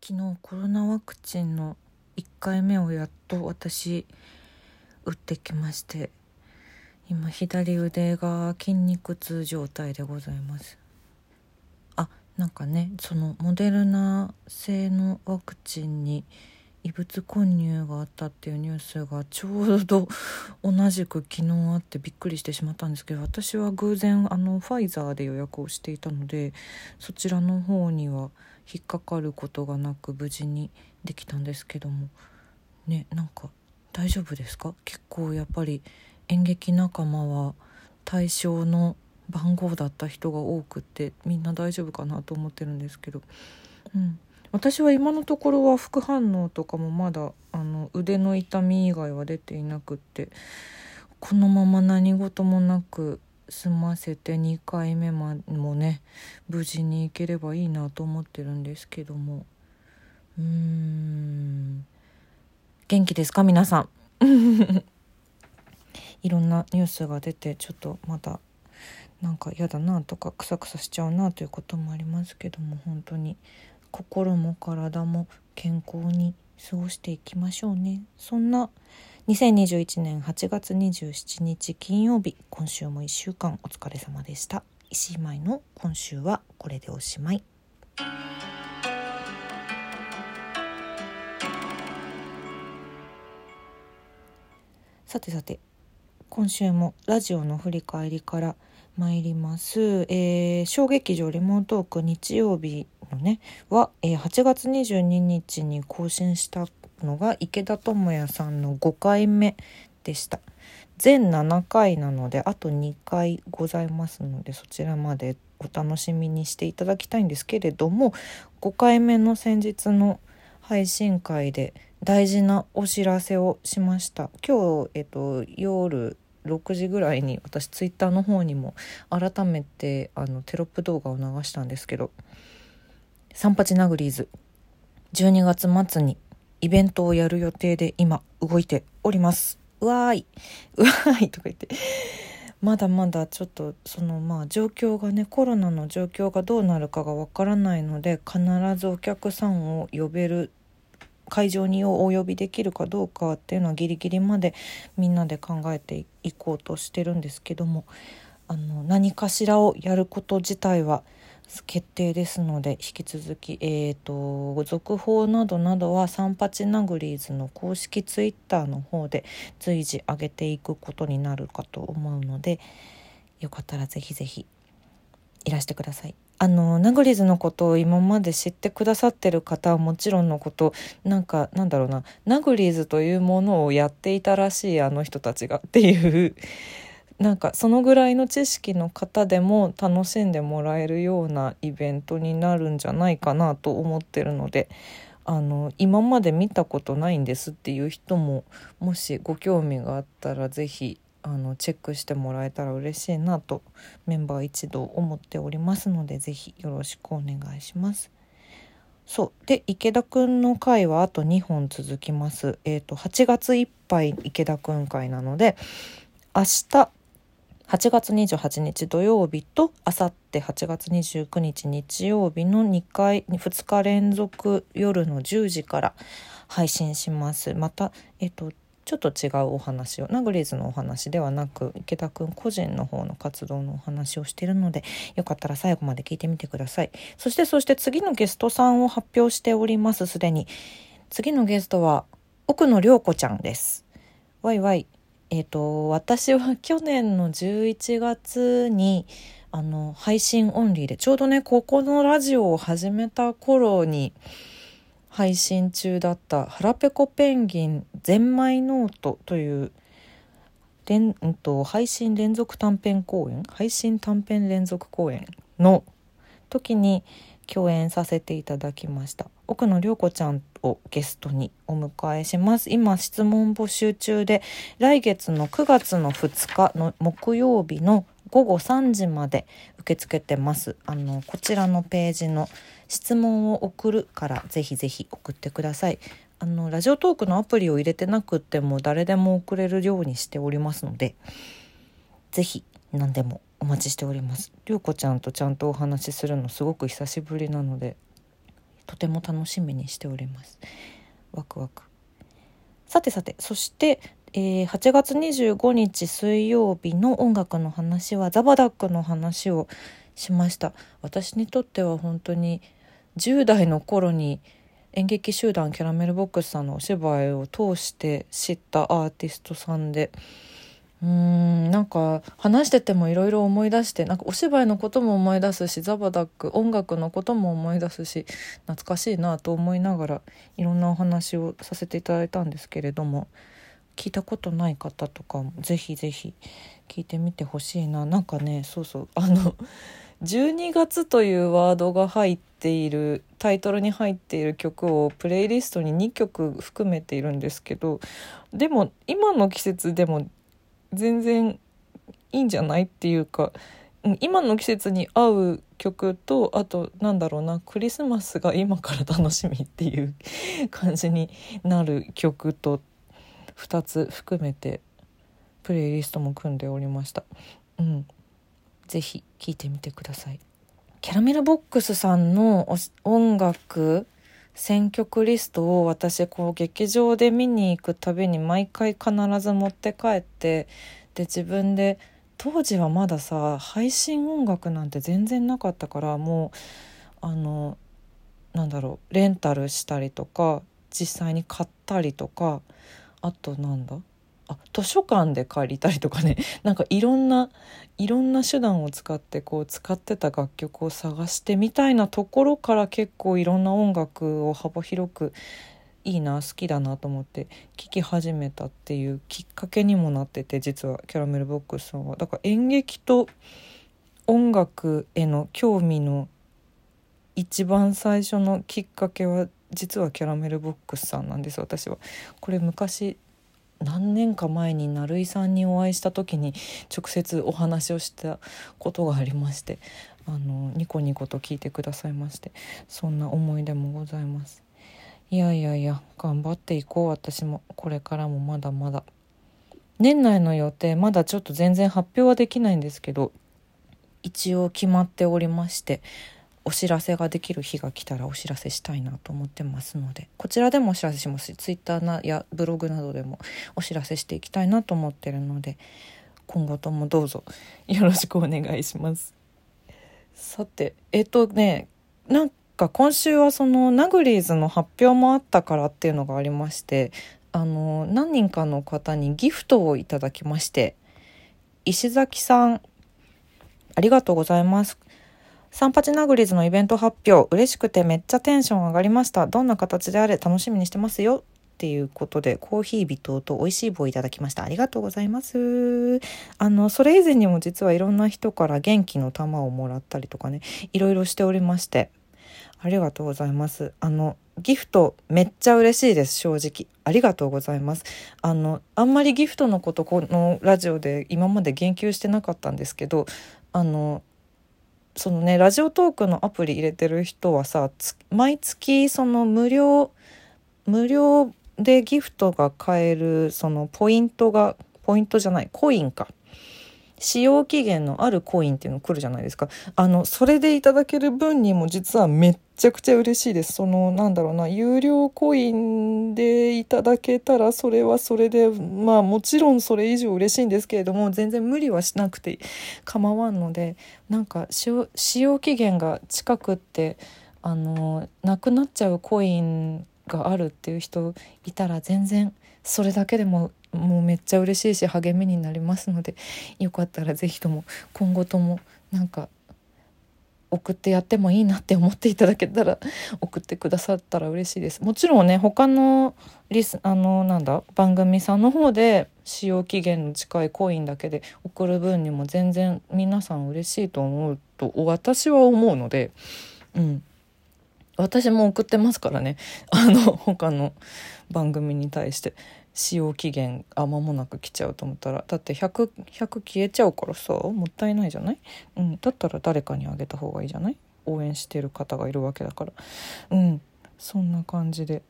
昨日コロナワクチンの1回目をやっと私打ってきまして、今左腕が筋肉痛状態でございます。なんかね、そのモデルナ製のワクチンに異物混入があったっていうニュースがちょうど同じく昨日あってびっくりしてしまったんですけど、私は偶然ファイザーで予約をしていたので、そちらの方には引っかかることがなく無事にできたんですけどもね、なんか大丈夫ですか？結構やっぱり演劇仲間は対象の番号だった人が多くて、みんな大丈夫かなと思ってるんですけど、私は今のところは副反応とかもまだ腕の痛み以外は出ていなくって、このまま何事もなく済ませて2回目もね無事に行ければいいなと思ってるんですけども、元気ですか皆さんいろんなニュースが出て、ちょっとまだなんか嫌だなとかクサクサしちゃうなということもありますけども、本当に心も体も健康に過ごしていきましょうね。そんな2021年8月27日金曜日、今週も1週間お疲れ様でした。石井舞の今週はこれでおしまい。さて今週もラジオの振り返りから参ります。小劇場リモートーク日曜日のねは、8月22日に更新したのが池田智也さんの5回目でした。全7回なのであと2回ございますので、そちらまでお楽しみにしていただきたいんですけれども、5回目の先日の配信会で大事なお知らせをしました。今日、夜6時ぐらいに私ツイッターの方にも改めてテロップ動画を流したんですけど、サンパチナグリーズ12月末にイベントをやる予定で今動いております。うわーいとか言ってまだまだちょっと状況がね、コロナの状況がどうなるかがわからないので、必ずお客さんを呼べる会場にお呼びできるかどうかっていうのはギリギリまでみんなで考えていこうとしてるんですけども、何かしらをやること自体は決定ですので、引き続き続報などはサンパチナグリーズの公式ツイッターの方で随時上げていくことになるかと思うので、よかったらぜひぜひいらしてください。ナグリーズのことを今まで知ってくださってる方はもちろんのこと、ナグリーズというものをやっていたらしいあの人たちがっていうそのぐらいの知識の方でも楽しんでもらえるようなイベントになるんじゃないかなと思ってるので、今まで見たことないんですっていう人ももしご興味があったらぜひチェックしてもらえたら嬉しいなとメンバー一同思っておりますので、ぜひよろしくお願いします。で池田くんの回はあと2本続きます。8月いっぱい池田くん回なので、明日8月28日土曜日とあさって8月29日日曜日の2日連続夜の10時から配信します。またちょっと違うお話を、ナグリーズのお話ではなく池田くん個人の方の活動のお話をしているので、よかったら最後まで聞いてみてください。そして次のゲストさんを発表しております。すでに次のゲストは奥野涼子ちゃんです。わいわい。私は去年の11月に配信オンリーでちょうどね、ここのラジオを始めた頃に配信中だった腹ペコペンギンゼンマイノートという配信短編連続公演の時に共演させていただきました。奥野涼子ちゃんをゲストにお迎えします。今質問募集中で、来月の9月の2日の木曜日の午後3時まで受け付けてます。こちらのページの質問を送るからぜひぜひ送ってください。ラジオトークのアプリを入れてなくっても誰でも送れるようにしておりますので、ぜひ何でもお待ちしております。涼子ちゃんとちゃんとお話しするのすごく久しぶりなので、 とても楽しみにしております。ワクワク。さてそして、8月25日水曜日の音楽の話はザバダックの話をしました。私にとっては本当に10代の頃に演劇集団キャラメルボックスさんのお芝居を通して知ったアーティストさんで、なんか話しててもいろいろ思い出して、なんかお芝居のことも思い出すし、ザバダック音楽のことも思い出すし、懐かしいなと思いながらいろんなお話をさせていただいたんですけれども、聞いたことない方とかもぜひぜひ聞いてみてほしいな。なんかね、12月というワードが入っているタイトルに入っている曲をプレイリストに2曲含めているんですけど、でも今の季節でも全然いいんじゃないっていうか、今の季節に合う曲と、あとクリスマスが今から楽しみっていう感じになる曲と2つ含めてプレイリストも組んでおりました。ぜひ聴いてみてください。キャラメルボックスさんの音楽選曲リストを私劇場で見に行くたびに毎回必ず持って帰って、で自分で当時はまださ配信音楽なんて全然なかったから、もうレンタルしたりとか実際に買ったりとか、あと図書館で借りたりとかね、なんかいろんな手段を使って使ってた楽曲を探してみたいなところから、結構いろんな音楽を幅広くいいな、好きだなと思って聴き始めたっていうきっかけにもなってて、実はキャラメルボックスさんはだから演劇と音楽への興味の一番最初のきっかけは実はキャラメルボックスさんなんです。私はこれ昔何年か前に成井さんにお会いした時に直接お話をしたことがありまして、ニコニコと聞いてくださいまして、そんな思い出もございます。いや頑張っていこう。私もこれからもまだまだ年内の予定まだちょっと全然発表はできないんですけど、一応決まっておりまして、お知らせができる日が来たらお知らせしたいなと思ってますので、こちらでもお知らせしますし、ツイッターやブログなどでもお知らせしていきたいなと思ってるので、今後ともどうぞよろしくお願いします。さてなんか今週はそのナグリーズの発表もあったからっていうのがありまして、何人かの方にギフトをいただきまして、石崎さんありがとうございます。38ナグリーズのイベント発表、嬉しくてめっちゃテンション上がりました。どんな形であれ楽しみにしてますよっていうことで、コーヒー微糖と美味しい棒いただきました。ありがとうございます。それ以前にも実はいろんな人から元気の玉をもらったりとかね、いろいろしておりまして、ありがとうございます。ギフトめっちゃ嬉しいです。正直ありがとうございます。あんまりギフトのことこのラジオで今まで言及してなかったんですけど、そのね、ラジオトークのアプリ入れてる人はさ、毎月その無料でギフトが買えるそのコインか、使用期限のあるコインっていうの来るじゃないですか。それでいただける分にも実はめっちゃくちゃ嬉しいです。有料コインでいただけたらそれはそれで、もちろんそれ以上嬉しいんですけれども、全然無理はしなくて構わんので、なんか使用期限が近くってなくなっちゃうコインがあるっていう人いたら、全然それだけでももうめっちゃ嬉しいし励みになりますので、よかったらぜひとも今後ともなんか送ってやってもいいなって思っていただけたら送ってくださったら嬉しいです。もちろんね、他の番組さんの方で使用期限の近いコインだけで送る分にも全然皆さん嬉しいと思うと私は思うので、私も送ってますからね、他の番組に対して使用期限間もなく来ちゃうと思ったら、だって100消えちゃうからさ、もったいないじゃない。だったら誰かにあげた方がいいじゃない。応援してる方がいるわけだから。そんな感じで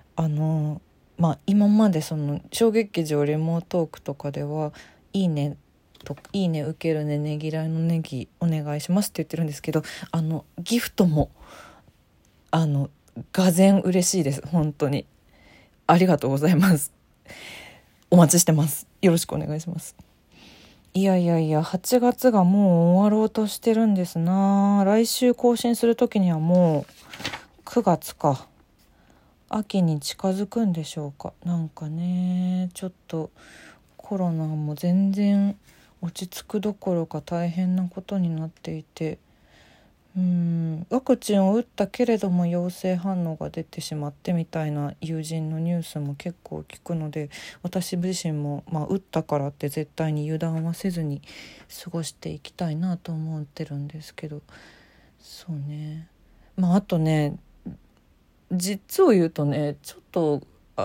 今までその小劇場レモートークとかではいいね受けるね、ねぎらいのネギお願いしますって言ってるんですけど、ギフトもがぜん嬉しいです。本当にありがとうございます。お待ちしてます。よろしくお願いします。いやいやいや、8月がもう終わろうとしてるんですな。来週更新する時にはもう9月か。秋に近づくんでしょうか。なんかね、ちょっとコロナも全然落ち着くどころか大変なことになっていて、ワクチンを打ったけれども陽性反応が出てしまってみたいな友人のニュースも結構聞くので、私自身も、打ったからって絶対に油断はせずに過ごしていきたいなと思ってるんですけど、そうね。あとね、実を言うとね、ちょっと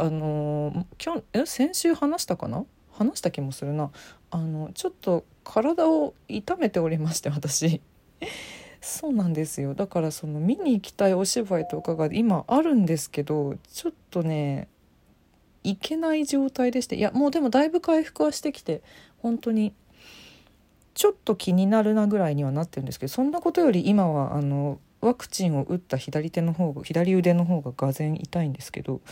先週話したかな、話した気もするな。ちょっと体を痛めておりまして、私。そうなんですよ。だからその見に行きたいお芝居とかが今あるんですけど、ちょっとね行けない状態でして、いやもうでもだいぶ回復はしてきて、本当にちょっと気になるなぐらいにはなってるんですけど、そんなことより今はワクチンを打った左腕の方ががぜん痛いんですけど、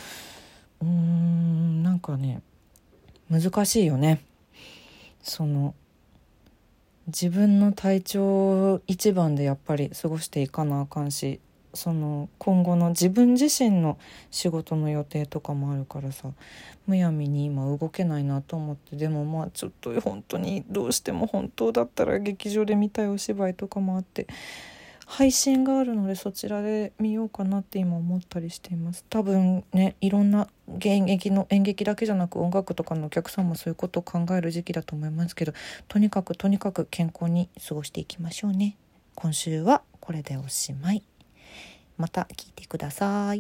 なんかね難しいよね。その自分の体調一番でやっぱり過ごしていかなあかんし、その今後の自分自身の仕事の予定とかもあるからさ、むやみに今動けないなと思って。でもちょっと本当にどうしても本当だったら劇場で見たいお芝居とかもあって、配信があるのでそちらで見ようかなって今思ったりしています。多分ね、いろんな演劇だけじゃなく音楽とかのお客さんもそういうことを考える時期だと思いますけど、とにかく健康に過ごしていきましょうね。今週はこれでおしまい。また聞いてください。